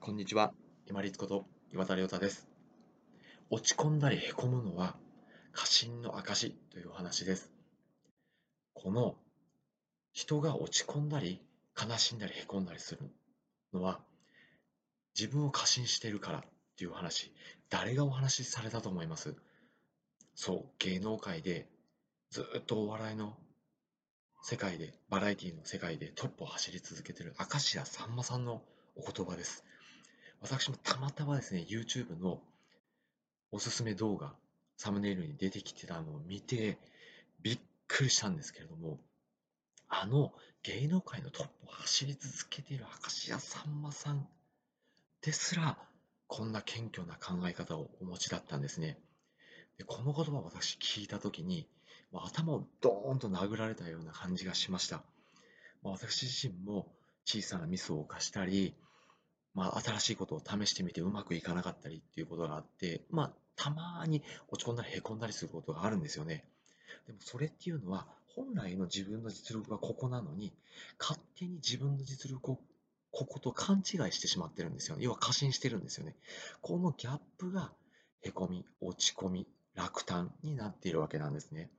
こんにちは。今立こと岩田亮太です。落ち込んだりへこむのは過信の証というお話です。この人が落ち込んだり悲しんだりへこんだりするのは自分を過信しているからっていう話、誰がお話しされたと思います？そう、芸能界でずっとお笑いの世界で、バラエティの世界でトップを走り続けている明石家さんまさんのお言葉です。私もたまたまですね、YouTube のおすすめ動画、サムネイルに出てきてたのを見て、びっくりしたんですけれども、あの芸能界のトップを走り続けている明石家さんまさんですら、こんな謙虚な考え方をお持ちだったんですね。で、この言葉を私聞いたときに、頭をドーンと殴られたような感じがしました。私自身も小さなミスを犯したり、新しいことを試してみてうまくいかなかったりっていうことがあって、たまに落ち込んだりへこんだりすることがあるんですよね。でもそれっていうのは、本来の自分の実力がここなのに、勝手に自分の実力をここと勘違いしてしまってるんですよね。要は過信してるんですよね。このギャップが、へこみ、落ち込み、落胆になっているわけなんですね。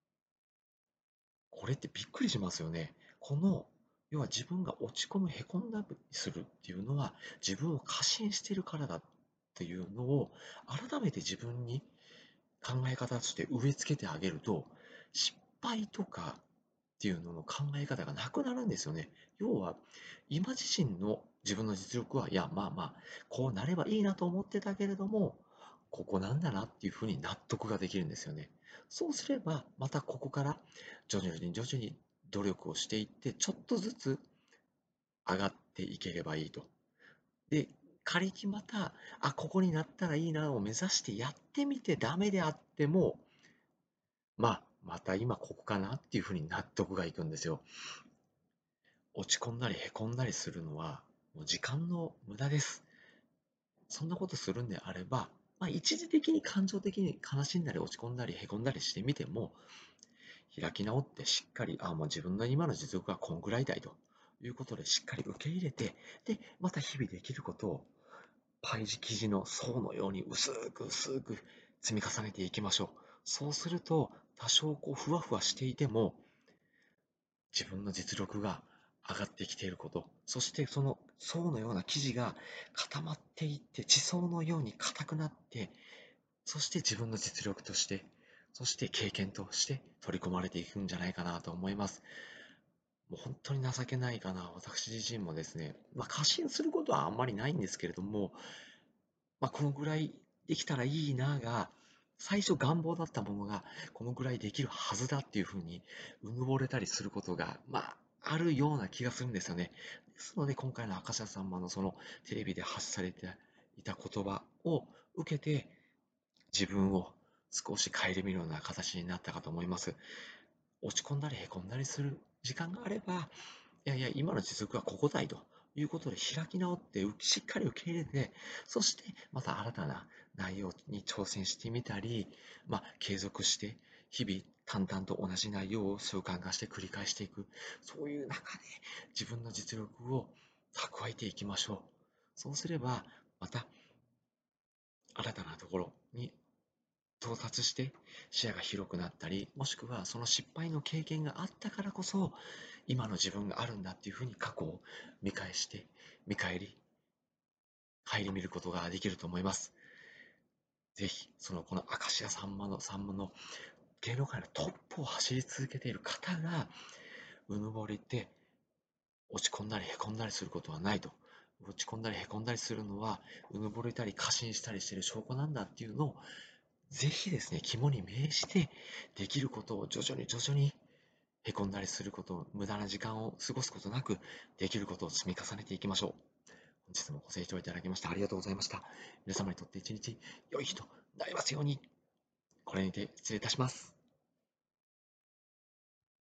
これってびっくりしますよね。要は自分が落ち込む、へこんだりするっていうのは、自分を過信しているからだっていうのを、改めて自分に考え方として植え付けてあげると、失敗とかっていうのの考え方がなくなるんですよね。要は、今自身の自分の実力は、いや、こうなればいいなと思ってたけれども、ここなんだなっていうふうに納得ができるんですよね。そうすれば、またここから徐々に徐々に努力をしていって、ちょっとずつ上がっていければいいと。で、仮にまた、ここになったらいいなを目指してやってみてダメであっても、また今ここかなっていうふうに納得がいくんですよ。落ち込んだりへこんだりするのは、もう時間の無駄です。そんなことするんであれば、一時的に感情的に悲しんだり落ち込んだりへこんだりしてみても、開き直ってしっかり、もう自分の今の実力はこんぐらいだいということでしっかり受け入れて、で、また日々できることをパイ生地の層のように薄く薄く積み重ねていきましょう。そうすると、多少ふわふわしていても、自分の実力が上がってきていること、そしてその層のような生地が固まっていって、地層のように硬くなって、そして自分の実力として、そして経験として取り込まれていくんじゃないかなと思います。もう本当に情けないかな。私自身もですね、過信することはあんまりないんですけれども、このぐらいできたらいいなが、最初願望だったものが、このぐらいできるはずだっていうふうに、うぬぼれたりすることが、あるような気がするんですよね。ですので、今回の明石家さんまのそのテレビで発されていた言葉を受けて、自分を少し顧みるような形になったかと思います。落ち込んだりへこんだりする時間があれば、いやいや、今の実力はここだいということで開き直ってしっかり受け入れて、そしてまた新たな内容に挑戦してみたり、継続して日々淡々と同じ内容を習慣化して繰り返していく、そういう中で自分の実力を蓄えていきましょう。そうすれば、また新たなところに到達して視野が広くなったり、もしくはその失敗の経験があったからこそ、今の自分があるんだっていうふうに過去を見返して、見返り、顧みることができると思います。ぜひ、この明石家さんまの芸能界のトップを走り続けている方が、うぬぼれて落ち込んだりへこんだりすることはないと。落ち込んだりへこんだりするのは、うぬぼれたり過信したりしている証拠なんだっていうのを、ぜひですね、肝に銘じて、できることを徐々に徐々にへこんだりすること、無駄な時間を過ごすことなく、できることを積み重ねていきましょう。本日もご清聴いただきましてありがとうございました。皆様にとって一日良い日となりますように。これにて失礼いたします。